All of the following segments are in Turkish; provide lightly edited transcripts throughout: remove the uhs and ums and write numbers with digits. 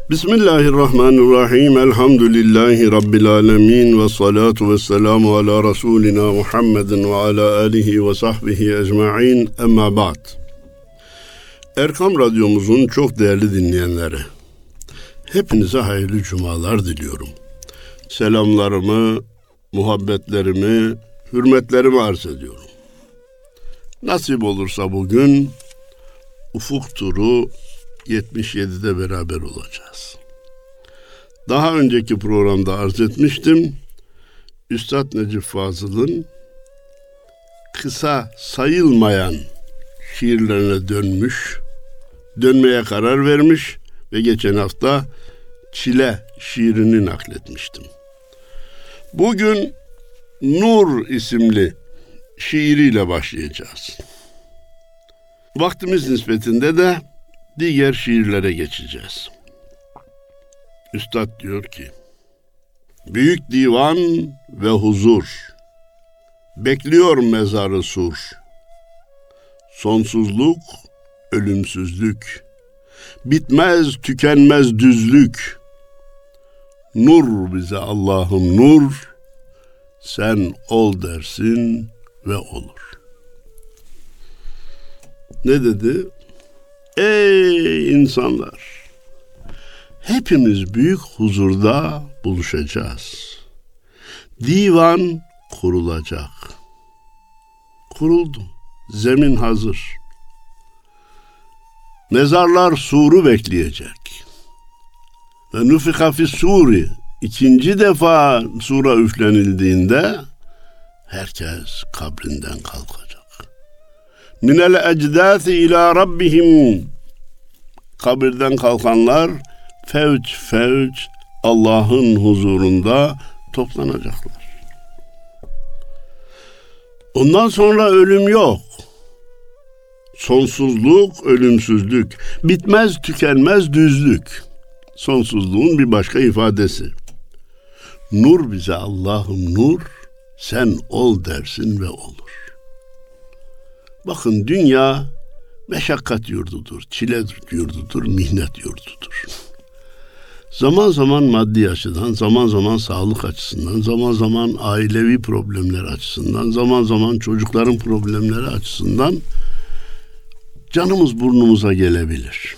Bismillahirrahmanirrahim. Elhamdülillahi Rabbil alemin. Ve salatu ve selamu ala Resulina Muhammedin ve ala alihi ve sahbihi ecma'in. Emma ba'd. Erkam Radyomuzun çok değerli dinleyenleri, hepinize hayırlı cumalar diliyorum. Selamlarımı, muhabbetlerimi, hürmetlerimi arz ediyorum. Nasip olursa bugün Ufuk Turu 77'de beraber olacağız. Daha önceki programda arz etmiştim. Üstad Necip Fazıl'ın kısa sayılmayan şiirlerine dönmeye karar vermiş ve geçen hafta Çile şiirini nakletmiştim. Bugün Nur isimli şiiriyle başlayacağız. Vaktimiz nispetinde de diğer şiirlere geçeceğiz. Üstad diyor ki: Büyük divan ve huzur, bekliyor mezarı sur. Sonsuzluk, ölümsüzlük, bitmez tükenmez düzlük. Nur bize Allah'ım nur, sen ol dersin ve olur. Ne dedi? Ey insanlar! Hepimiz büyük huzurda buluşacağız. Divan kurulacak. Kuruldu. Zemin hazır. Mezarlar suru bekleyecek. Ve nufika fis suri, ikinci defa sura üflenildiğinde herkes kabrinden kalkacak. Minel ecdâthi ila rabbihim, kabirden kalkanlar fevç fevç Allah'ın huzurunda toplanacaklar. Ondan sonra ölüm yok. Sonsuzluk, ölümsüzlük, bitmez tükenmez düzlük. Sonsuzluğun bir başka ifadesi. Nur bize Allah'ım nur, sen ol dersin ve olur. Bakın dünya meşakkat yurdudur, çile yurdudur, mihnet yurdudur. Zaman zaman maddi açıdan, zaman zaman sağlık açısından, zaman zaman ailevi problemler açısından, zaman zaman çocukların problemleri açısından canımız burnumuza gelebilir.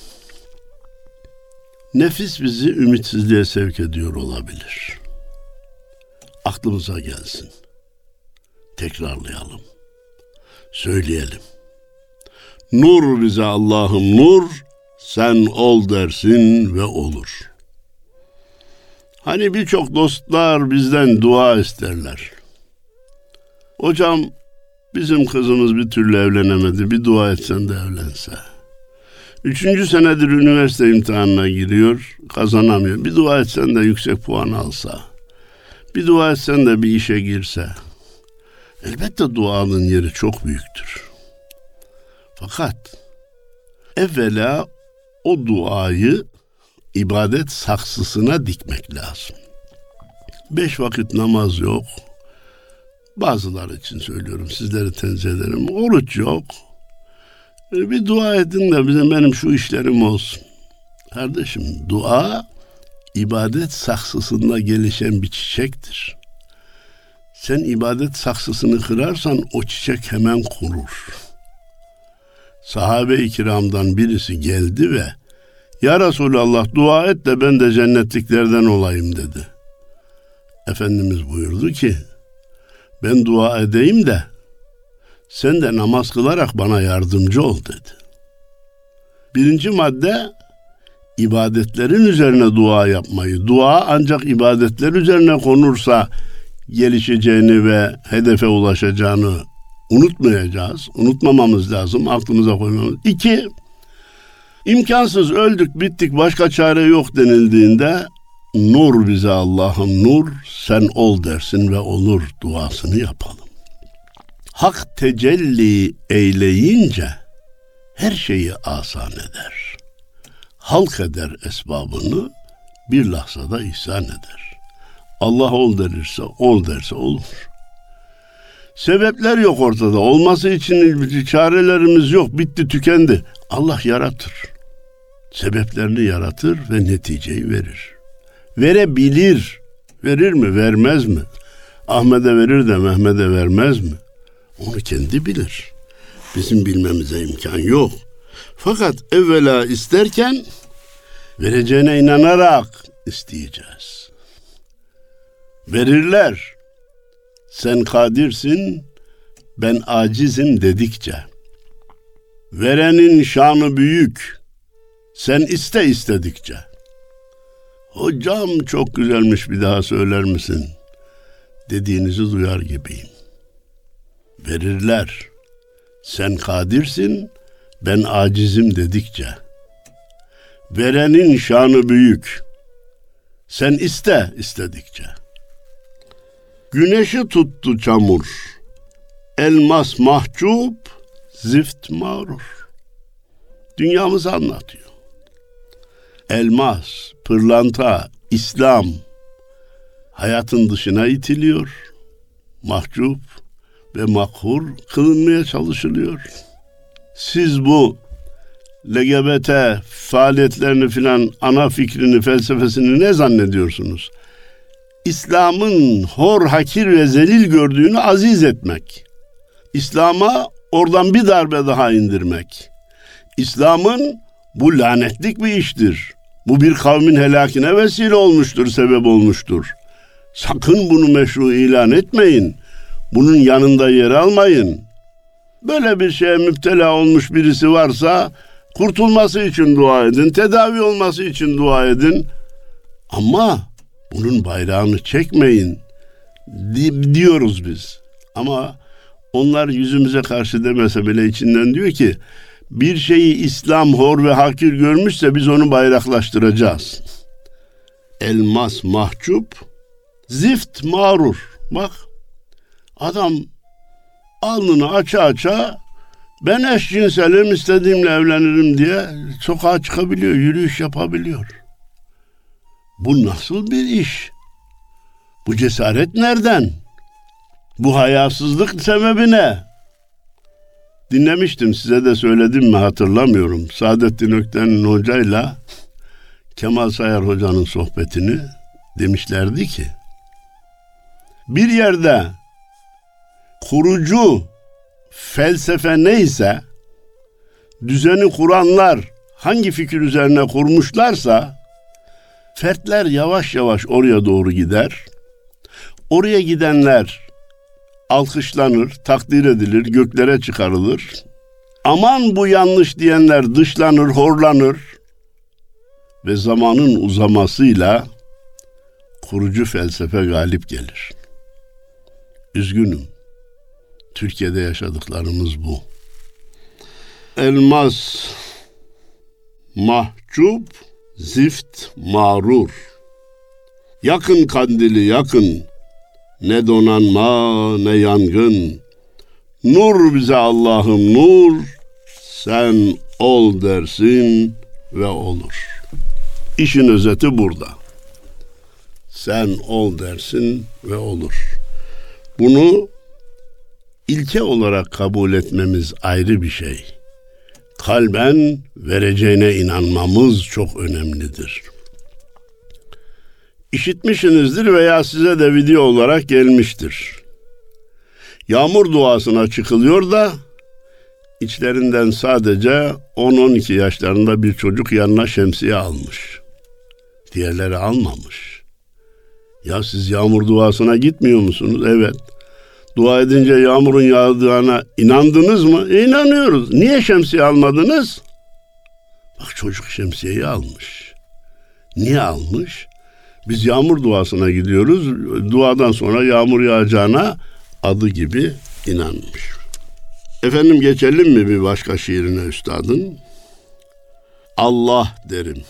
Nefis bizi ümitsizliğe sevk ediyor olabilir. Aklımıza gelsin. Tekrarlayalım. Söyleyelim. Nur bize Allah'ım nur, sen ol dersin ve olur. Hani birçok dostlar bizden dua isterler. Hocam, bizim kızımız bir türlü evlenemedi, bir dua etsen de evlense. 3. senedir üniversite imtihanına giriyor, kazanamıyor. Bir dua etsen de yüksek puan alsa. Bir dua etsen de bir işe girse. Elbette duanın yeri çok büyüktür. Fakat evvela o duayı ibadet saksısına dikmek lazım. 5 vakit namaz yok. Bazıları için söylüyorum, sizleri tenzih ederim. Oruç yok. Bir dua edin de benim şu işlerim olsun. Kardeşim, dua ibadet saksısında gelişen bir çiçektir. Sen ibadet saksısını kırarsan o çiçek hemen kurur. Sahabe-i kiramdan birisi geldi ve "Ya Resulallah, dua et de ben de cennetliklerden olayım" dedi. Efendimiz buyurdu ki, "Ben dua edeyim de sen de namaz kılarak bana yardımcı ol" dedi. 1. madde, ibadetlerin üzerine dua yapmayı. Dua ancak ibadetler üzerine konursa gelişeceğini ve hedefe ulaşacağını unutmayacağız. Unutmamamız lazım, aklımıza koymamız. 2, imkansız, öldük, bittik, başka çare yok denildiğinde nur bize Allah'ım nur, sen ol dersin ve olur duasını yapalım. Hak tecelli eyleyince her şeyi asan eder. Halk eder esbabını, bir lahzada ihsan eder. Allah ol derse olur. Sebepler yok ortada. Olması için çarelerimiz yok. Bitti, tükendi. Allah yaratır. sebeplerini yaratır ve neticeyi verir. Verebilir. Verir mi, vermez mi? Ahmet'e verir de Mehmet'e vermez mi? Onu kendi bilir. Bizim bilmemize imkan yok. Fakat evvela isterken vereceğine inanarak isteyeceğiz. Verirler. Sen kadirsin, ben acizim dedikçe. Verenin şanı büyük, sen iste istedikçe. Hocam çok güzelmiş, bir daha söyler misin? Dediğinizi duyar gibiyim. Verirler. Sen kadirsin, ben acizim dedikçe. Verenin şanı büyük. Sen iste istedikçe. Güneşi tuttu çamur. Elmas mahcup, zift mağrur. Dünyamızı anlatıyor. Elmas, pırlanta, İslam hayatın dışına itiliyor. Mahcup ve makhur kılınmaya çalışılıyor. Siz bu LGBT faaliyetlerini filan, ana fikrini, felsefesini ne zannediyorsunuz? İslam'ın hor, hakir ve zelil gördüğünü aziz etmek. İslam'a oradan bir darbe daha indirmek. İslam'ın bu lanetlik bir iştir. Bu bir kavmin helakine vesile olmuştur, sebep olmuştur. Sakın bunu meşru ilan etmeyin. Bunun yanında yer almayın. Böyle bir şeye müptela olmuş birisi varsa kurtulması için dua edin, tedavi olması için dua edin. Ama bunun bayrağını çekmeyin diyoruz biz. Ama onlar yüzümüze karşı demese bile içinden diyor ki bir şeyi İslam hor ve hakir görmüşse biz onu bayraklaştıracağız. Elmas mahcup, zift mağrur. Bak, adam alnını aça ben eşcinselim, istediğimle evlenirim diye sokağa çıkabiliyor, yürüyüş yapabiliyor. Bu nasıl bir iş? Bu cesaret nereden? Bu hayasızlık sebebi ne? Dinlemiştim, size de söyledim mi hatırlamıyorum. Saadettin Ökten'in hocayla Kemal Sayar hocanın sohbetini, demişlerdi ki bir yerde kurucu felsefe neyse, düzeni kuranlar hangi fikir üzerine kurmuşlarsa fertler yavaş yavaş oraya doğru gider. Oraya gidenler alkışlanır, takdir edilir, göklere çıkarılır. Aman bu yanlış diyenler dışlanır, horlanır ve zamanın uzamasıyla kurucu felsefe galip gelir. Üzgünüm. Türkiye'de yaşadıklarımız bu. Elmas mahcup, zift mağrur. Yakın kandili yakın, ne donanma ne yangın. Nur bize Allah'ım nur, sen ol dersin ve olur. İşin özeti burada. Sen ol dersin ve olur. Bunu ilke olarak kabul etmemiz ayrı bir şey. Kalben vereceğine inanmamız çok önemlidir. İşitmişsinizdir veya size de video olarak gelmiştir. Yağmur duasına çıkılıyor da içlerinden sadece 10-12 yaşlarında bir çocuk yanına şemsiye almış. Diğerleri almamış. Ya siz yağmur duasına gitmiyor musunuz? Evet. Dua edince yağmurun yağdığına inandınız mı? İnanıyoruz. Niye şemsiye almadınız? Bak, çocuk şemsiyeyi almış. Niye almış? Biz yağmur duasına gidiyoruz. Duadan sonra yağmur yağacağına adı gibi inanmış. Efendim, geçelim mi bir başka şiirine üstadın? Allah derim.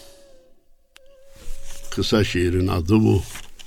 Kısa şiirin adı bu.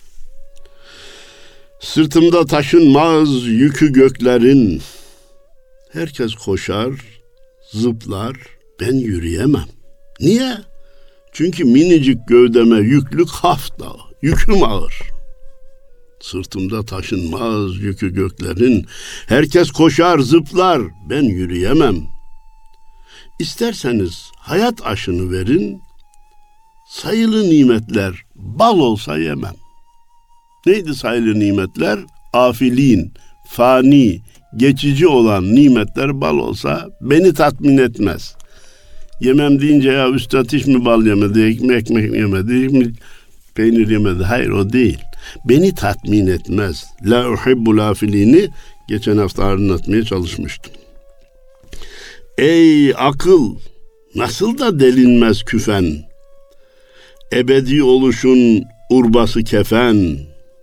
Sırtımda taşınmaz yükü göklerin. Herkes koşar, zıplar, ben yürüyemem. Niye? Çünkü minicik gövdeme yüklü Kaf Dağı, yüküm ağır. Sırtımda taşınmaz yükü göklerin. Herkes koşar, zıplar, ben yürüyemem. İsterseniz hayat aşını verin, sayılı nimetler bal olsa yemem. Neydi sayılı nimetler? Afilin, fani, geçici olan nimetler bal olsa beni tatmin etmez. Yemem deyince ya üstad hiç mi bal yemedi, ekmek yemedi, hiç mi peynir yemedi? Hayır, o değil. Beni tatmin etmez. La uhibbul afilini geçen hafta anlatmaya çalışmıştım. Ey akıl, nasıl da delinmez küfen, ebedi oluşun urbası kefen,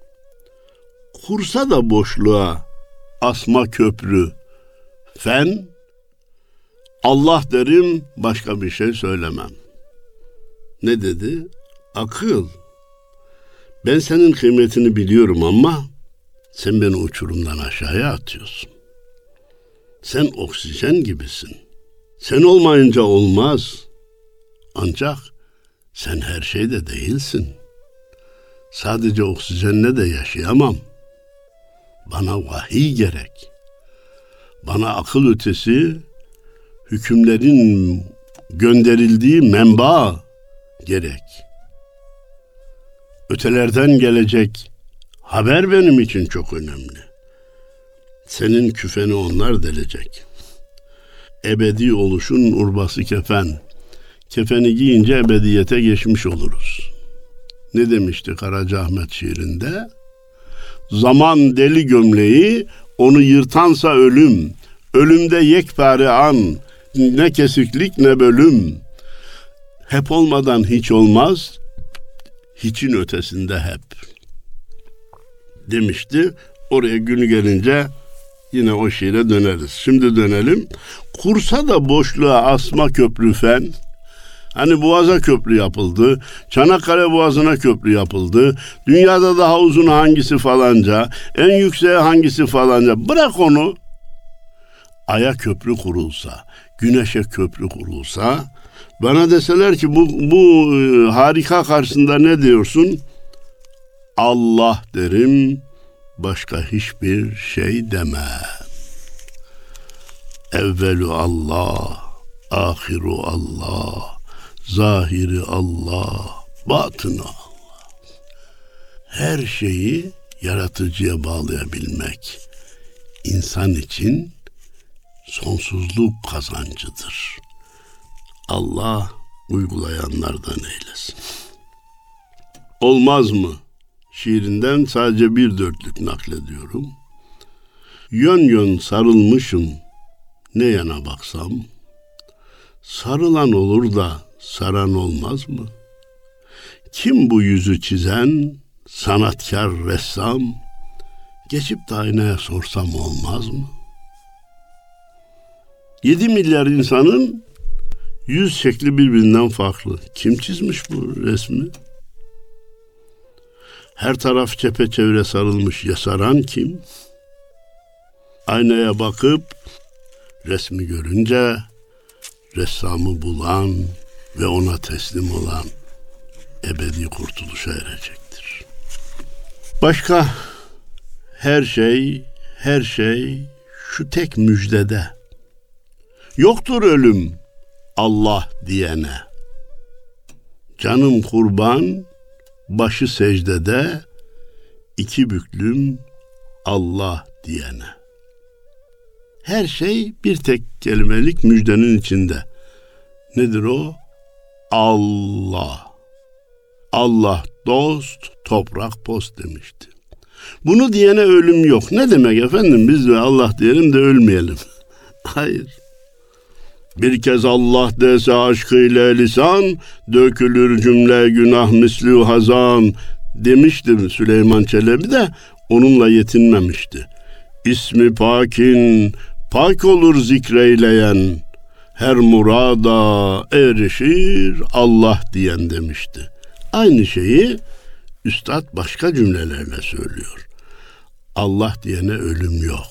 kursa da boşluğa asma köprü fen, Allah derim, başka bir şey söylemem. Ne dedi? Akıl, ben senin kıymetini biliyorum ama sen beni uçurumdan aşağıya atıyorsun. Sen oksijen gibisin. Sen olmayınca olmaz. Ancak sen her şeyde değilsin. Sadece oksijenle de yaşayamam. Bana vahiy gerek. Bana akıl ötesi hükümlerin gönderildiği menba gerek. Ötelerden gelecek haber benim için çok önemli. Senin küfeni onlar delecek. Ebedi oluşun urbası kefen. Kefeni giyince ebediyete geçmiş oluruz. Ne demişti Karacaahmet şiirinde? Zaman deli gömleği, onu yırtansa ölüm. Ölümde yekpare an, ne kesiklik ne bölüm. Hep olmadan hiç olmaz, hiçin ötesinde hep. Demişti. Oraya günü gelince yine o şiire döneriz. Şimdi dönelim. Kursa da boşluğa asma köprü fen. Hani Boğaz'a köprü yapıldı. Çanakkale Boğazı'na köprü yapıldı. Dünyada daha uzun hangisi falanca. En yükseğe hangisi falanca. Bırak onu. Ay'a köprü kurulsa, güneşe köprü kurulsa, bana deseler ki bu harika karşısında ne diyorsun? Allah derim, başka hiçbir şey demem. Evvelu Allah, ahiru Allah, zahiri Allah, batını Allah. Her şeyi yaratıcıya bağlayabilmek insan için sonsuzluk kazancıdır. Allah uygulayanlardan eylesin. Olmaz mı? Şiirinden sadece 1/4'lük naklediyorum. Yön yön sarılmışım, ne yana baksam, sarılan olur da saran olmaz mı? Kim bu yüzü çizen, sanatkar ressam, geçip de aynaya sorsam olmaz mı? 7 milyar insanın yüz şekli birbirinden farklı. Kim çizmiş bu resmi? Her taraf çepeçevre sarılmış, ya saran kim? Aynaya bakıp resmi görünce ressamı bulan ve ona teslim olan ebedi kurtuluşa erecektir. Başka her şey şu tek müjdede. Yoktur ölüm Allah diyene. Canım kurban, başı secdede, 2 büklüm Allah diyene. Her şey bir tek kelimelik müjdenin içinde. Nedir o? Allah. Allah dost, toprak post demişti. Bunu diyene ölüm yok. Ne demek efendim? Biz de Allah diyelim de ölmeyelim. Hayır. Bir kez Allah dese aşkıyla lisan, dökülür cümle günah mislü hazan demişti Süleyman Çelebi de onunla yetinmemişti. İsmi pakin, pak olur zikreyleyen, her murada erişir Allah diyen demişti. Aynı şeyi üstad başka cümlelerle söylüyor. Allah diyene ölüm yok.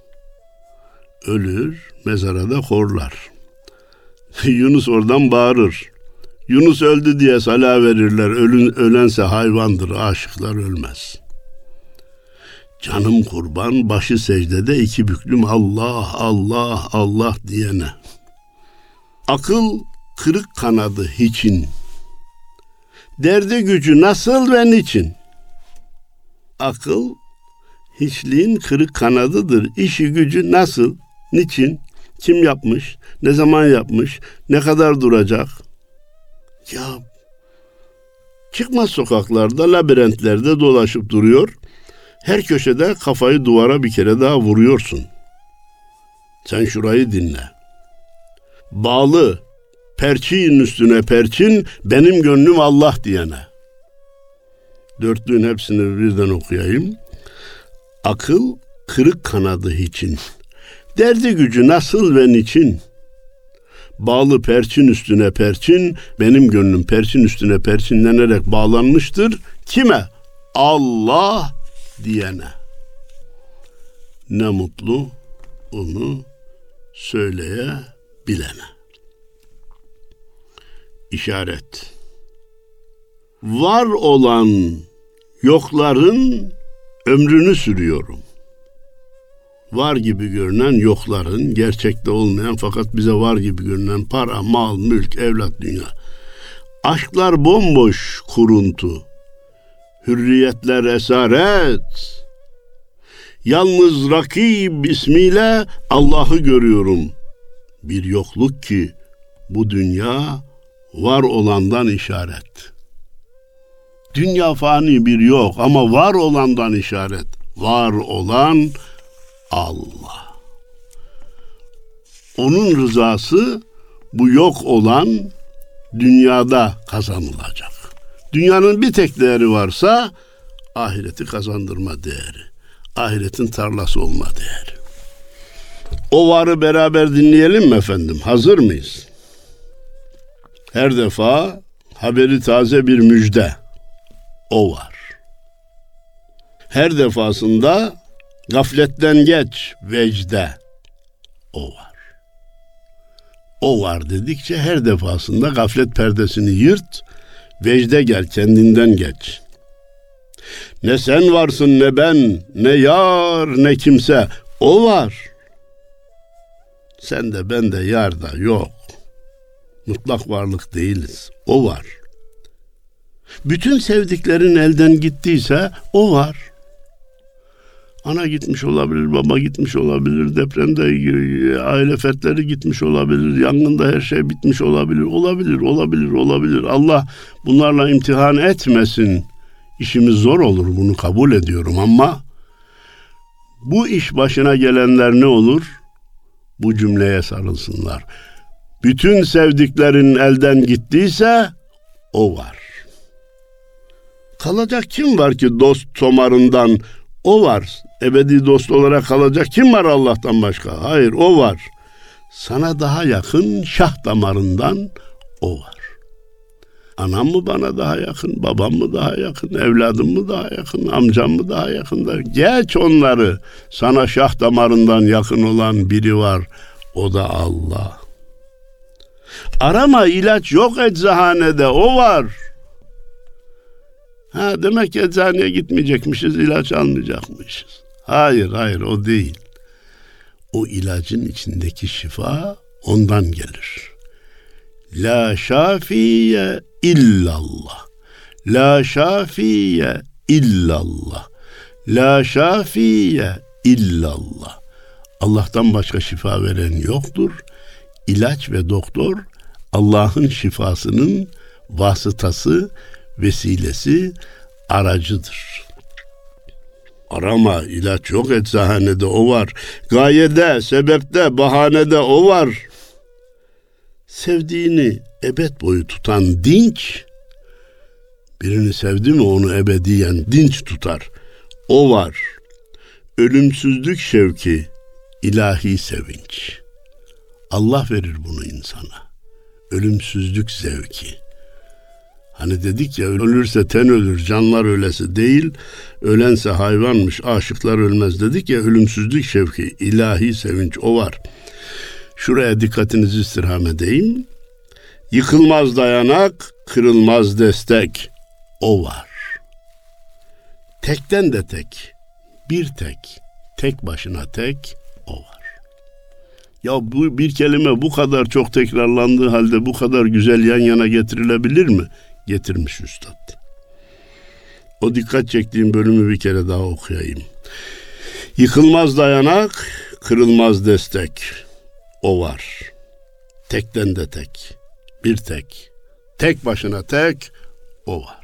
Ölür, mezara da horlar. Yunus oradan bağırır. Yunus öldü diye sala verirler. Ölense hayvandır, aşıklar ölmez. Canım kurban, başı secdede, 2 büklüm Allah, Allah, Allah diyene. Akıl kırık kanadı hiçin. Derdi gücü nasıl ve niçin? Akıl hiçliğin kırık kanadıdır. İşi gücü nasıl, niçin, kim yapmış, ne zaman yapmış, ne kadar duracak? Ya çıkmaz sokaklarda, labirentlerde dolaşıp duruyor. Her köşede kafayı duvara bir kere daha vuruyorsun. Sen şurayı dinle. Bağlı, perçin üstüne perçin, benim gönlüm Allah diyene. Dörtlüğün hepsini birden okuyayım. Akıl kırık kanadı hiçin. Derdi gücü nasıl ve niçin? Bağlı perçin üstüne perçin, benim gönlüm perçin üstüne perçinlenerek bağlanmıştır. Kime? Allah diyene. Ne mutlu onu söyleyebilene. İşaret. Var olan yokların ömrünü sürüyorum. Var gibi görünen yokların, gerçekte olmayan fakat bize var gibi görünen para, mal, mülk, evlat, dünya. Aşklar bomboş kuruntu. Hürriyetler esaret. Yalnız rakib ismiyle Allah'ı görüyorum. Bir yokluk ki bu dünya var olandan işaret. Dünya fani bir yok ama var olandan işaret. Var olan Allah. Onun rızası bu yok olan dünyada kazanılacak. Dünyanın bir tek değeri varsa ahireti kazandırma değeri. Ahiretin tarlası olma değeri. O varı beraber dinleyelim mi efendim? Hazır mıyız? Her defa haberi taze bir müjde. O var. Her defasında gafletten geç vecde. O var. O var dedikçe her defasında gaflet perdesini yırt, vecde gel, kendinden geç. Ne sen varsın ne ben, ne yar ne kimse. O var. Sen de ben de yar da yok. Mutlak varlık değiliz. O var. Bütün sevdiklerin elden gittiyse o var. Ana gitmiş olabilir, baba gitmiş olabilir, depremde aile fertleri gitmiş olabilir, yangında her şey bitmiş olabilir. Olabilir. Allah bunlarla imtihan etmesin. İşimiz zor olur, bunu kabul ediyorum ama bu iş başına gelenler ne olur? Bu cümleye sarılsınlar. Bütün sevdiklerin elden gittiyse o var. Kalacak kim var ki dost tomarından? O var. Ebedi dost olarak kalacak kim var Allah'tan başka? Hayır, o var. Sana daha yakın şah damarından o var. Anam mı bana daha yakın, babam mı daha yakın, evladım mı daha yakın, amcam mı daha yakın? Geç onları. Sana şah damarından yakın olan biri var. O da Allah. Arama, ilaç yok eczahanede, o var. Demek ki eczaneye gitmeyecekmişiz, ilaç almayacakmışız. Hayır, o değil. O ilacın içindeki şifa ondan gelir. La şafiye illallah. La şafiye illallah. La şafiye illallah. Allah'tan başka şifa veren yoktur. İlaç ve doktor Allah'ın şifasının vasıtası, vesilesi, aracıdır. Arama, ilaç yok eczahanede, o var. Gayede, sebepte, bahanede o var. Sevdiğini ebed boyu tutan dinç, birini sevdi mi onu ebediyen dinç tutar. O var. Ölümsüzlük şevki, ilahi sevinç. Allah verir bunu insana. Ölümsüzlük zevki. Hani dedik ya, ölürse ten ölür, canlar ölesi değil, ölense hayvanmış, aşıklar ölmez dedik ya, ölümsüzlük şevki, ilahi sevinç o var. Şuraya dikkatinizi istirham edeyim. Yıkılmaz dayanak, kırılmaz destek, o var. Tekten de tek, bir tek, tek başına tek, o var. Ya bu bir kelime bu kadar çok tekrarlandığı halde bu kadar güzel yan yana getirilebilir mi? Getirmiş üstad. O dikkat çektiğim bölümü bir kere daha okuyayım. Yıkılmaz dayanak, kırılmaz destek. O var. Tekten de tek. Bir tek. Tek başına tek. O var.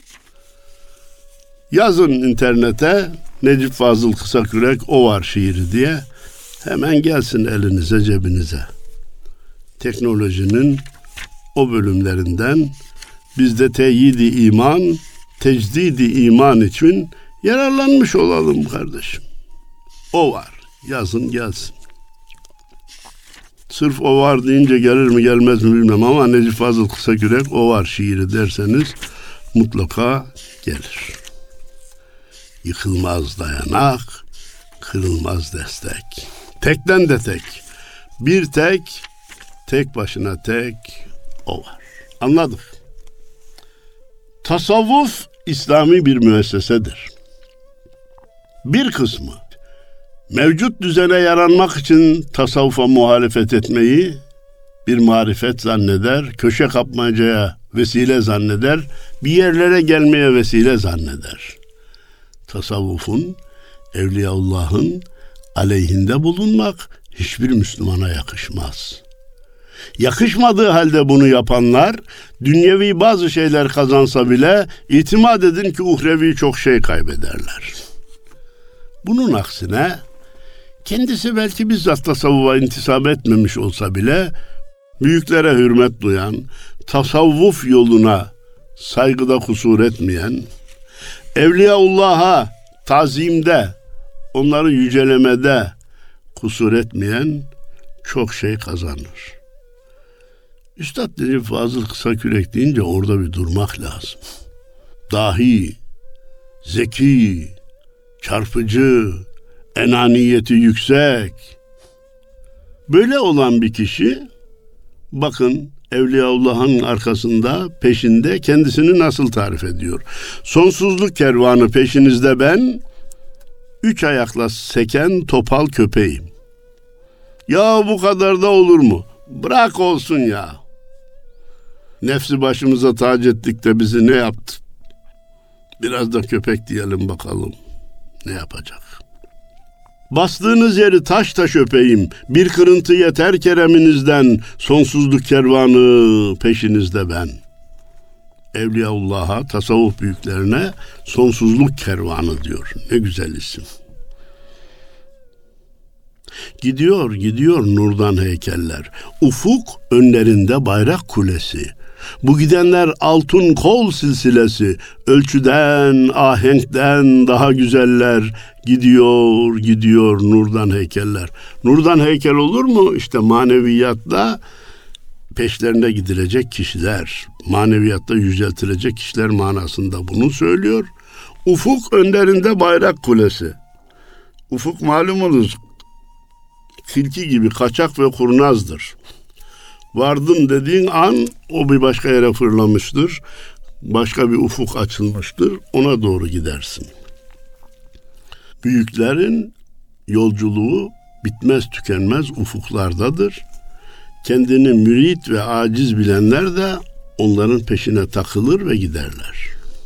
Yazın internete Necip Fazıl Kısakürek o var şiiri diye. Hemen gelsin elinize cebinize. Teknolojinin o bölümlerinden biz de teyidi iman, tecdidi iman için yararlanmış olalım kardeşim. O var. Yazın gelsin. Sırf o var deyince gelir mi gelmez mi bilmem ama Necip Fazıl Kısakürek o var şiiri derseniz mutlaka gelir. Yıkılmaz dayanak, kırılmaz destek. Tekten de tek. Bir tek, tek başına tek o var. Anladık. Tasavvuf İslami bir müessesedir. Bir kısmı mevcut düzene yaranmak için tasavvufa muhalefet etmeyi bir marifet zanneder, köşe kapmacaya vesile zanneder, bir yerlere gelmeye vesile zanneder. Tasavvufun, Evliyaullah'ın aleyhinde bulunmak hiçbir Müslümana yakışmaz. Yakışmadığı halde bunu yapanlar, dünyevi bazı şeyler kazansa bile itimat edin ki uhrevi çok şey kaybederler. Bunun aksine, kendisi belki bizzat tasavvufa intisap etmemiş olsa bile, büyüklere hürmet duyan, tasavvuf yoluna saygıda kusur etmeyen, Evliyaullah'a tazimde, onları yücelemede kusur etmeyen çok şey kazanır. Üstad Necip Fazıl Kısakürek deyince orada bir durmak lazım. Dahi, zeki, çarpıcı, enaniyeti yüksek. Böyle olan bir kişi, bakın Evliyaullah'ın arkasında, peşinde kendisini nasıl tarif ediyor? Sonsuzluk kervanı peşinizde ben, 3 ayakla seken topal köpeğim. Ya bu kadar da olur mu? Bırak olsun ya. Nefsi başımıza tac ettik de bizi ne yaptı? Biraz da köpek diyelim bakalım. Ne yapacak? Bastığınız yeri taş taş öpeyim. Bir kırıntı yeter kereminizden. Sonsuzluk kervanı peşinizde ben. Evliyaullah'a, tasavvuf büyüklerine sonsuzluk kervanı diyor. Ne güzel isim. Gidiyor gidiyor nurdan heykeller. Ufuk önlerinde bayrak kulesi. Bu gidenler altın kol silsilesi. Ölçüden, ahenkten daha güzeller. Gidiyor gidiyor nurdan heykeller. Nurdan heykel olur mu? İşte maneviyatta peşlerine gidilecek kişiler, maneviyatta yüceltilecek kişiler manasında bunu söylüyor. Ufuk önlerinde bayrak kulesi. Ufuk malumunuz tilki gibi kaçak ve kurnazdır. Vardım dediğin an o bir başka yere fırlamıştır. Başka bir ufuk açılmıştır. Ona doğru gidersin. Büyüklerin yolculuğu bitmez tükenmez ufuklardadır. Kendini mürit ve aciz bilenler de onların peşine takılır ve giderler.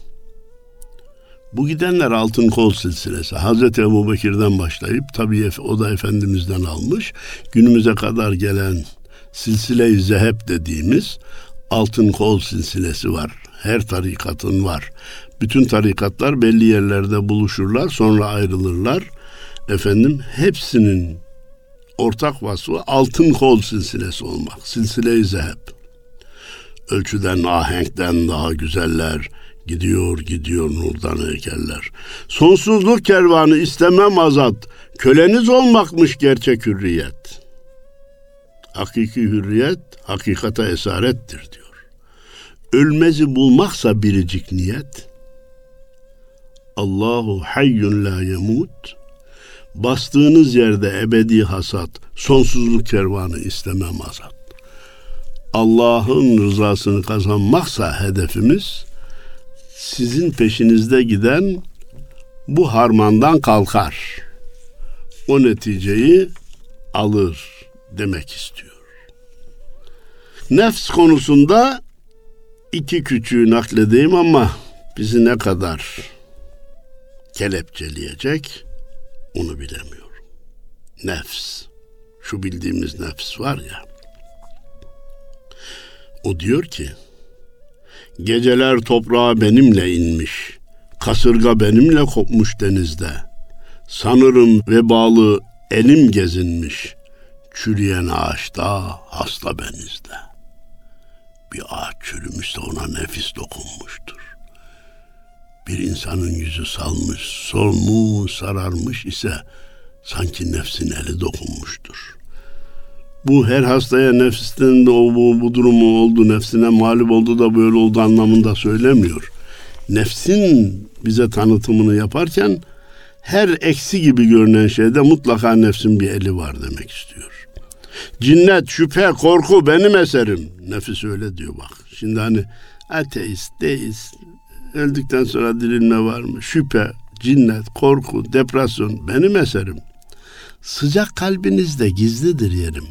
Bu gidenler altın kol silsilesi. Hazreti Ebubekir'den başlayıp tabii o da Efendimiz'den almış. Günümüze kadar gelen silsile-i zeheb dediğimiz altın kol silsilesi var. Her tarikatın var. Bütün tarikatlar belli yerlerde buluşurlar, sonra ayrılırlar. Hepsinin ortak vasfı altın kol silsilesi olmak. Silsile-i zeheb. Ölçüden, ahenkten daha güzeller. Gidiyor gidiyor nurdan heykeller. Sonsuzluk kervanı istemem azat. Köleniz olmakmış gerçek hürriyet. Hakiki hürriyet hakikata esarettir diyor. Ölmezi bulmaksa biricik niyet. Allahu hayyun la yemut. Bastığınız yerde ebedi hasat. Sonsuzluk kervanı istemem azat. Allah'ın rızasını kazanmaksa hedefimiz, sizin peşinizde giden bu harmandan kalkar. O neticeyi alır demek istiyor. Nefs konusunda iki küçüğü nakledeyim ama bizi ne kadar kelepçeleyecek onu bilemiyorum. Nefs, şu bildiğimiz nefs var ya, o diyor ki, geceler toprağa benimle inmiş, kasırga benimle kopmuş denizde, sanırım vebalı elim gezinmiş, çürüyen ağaçta hasta benizde. Bir ağaç çürümüşse ona nefis dokunmuştur. Bir insanın yüzü salmış, solmuş, sararmış ise sanki nefsin eli dokunmuştur. Bu her hastaya nefisten de bu durumu oldu, nefsine mağlup oldu da böyle oldu anlamında söylemiyor. Nefsin bize tanıtımını yaparken her eksi gibi görünen şeyde mutlaka nefsin bir eli var demek istiyor. Cinnet, şüphe, korku benim eserim. Nefis öyle diyor bak. Şimdi hani ateist, deist, öldükten sonra dirilme var mı? Şüphe, cinnet, korku, depresyon benim eserim. Sıcak kalbinizde gizlidir yerim.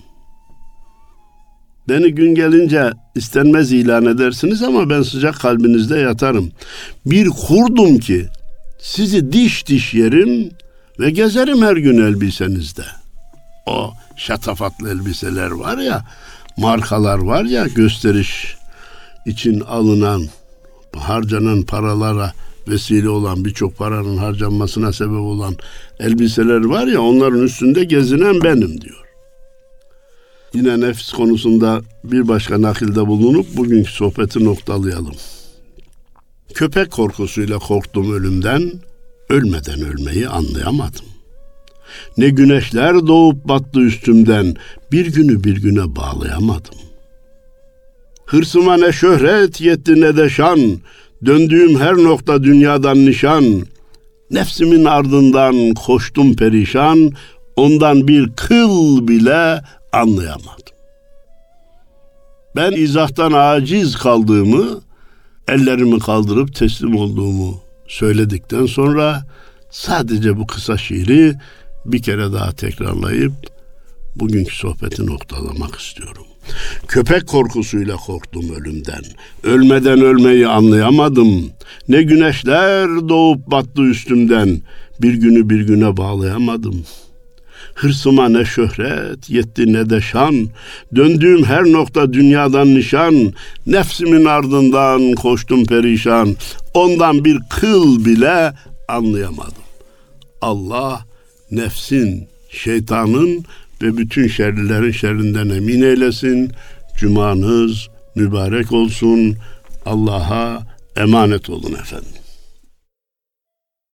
Beni gün gelince istenmez ilan edersiniz ama ben sıcak kalbinizde yatarım. Bir kurdum ki sizi diş diş yerim ve gezerim her gün elbisenizde. O şatafatlı elbiseler var ya, markalar var ya, gösteriş için alınan, harcanan paralara vesile olan, birçok paranın harcanmasına sebep olan elbiseler var ya, onların üstünde gezinen benim diyor. Yine nefis konusunda bir başka nakilde bulunup bugünkü sohbeti noktalayalım. Köpek korkusuyla korktum ölümden, ölmeden ölmeyi anlayamadım. Ne güneşler doğup battı üstümden, bir günü bir güne bağlayamadım. Hırsıma ne şöhret yetti ne de şan, döndüğüm her nokta dünyadan nişan. Nefsimin ardından koştum perişan, ondan bir kıl bile anlayamadım. Ben izahtan aciz kaldığımı, ellerimi kaldırıp teslim olduğumu söyledikten sonra sadece bu kısa şiiri bir kere daha tekrarlayıp bugünkü sohbeti noktalamak istiyorum. Köpek korkusuyla korktum ölümden, ölmeden ölmeyi anlayamadım. Ne güneşler doğup battı üstümden, bir günü bir güne bağlayamadım. Hırsıma ne şöhret yetti ne de şan, döndüğüm her nokta dünyadan nişan. Nefsimin ardından koştum perişan, ondan bir kıl bile anlayamadım. Allah nefsin, şeytanın ve bütün şerlilerin şerrinden emin eylesin. Cumanız mübarek olsun. Allah'a emanet olun efendim.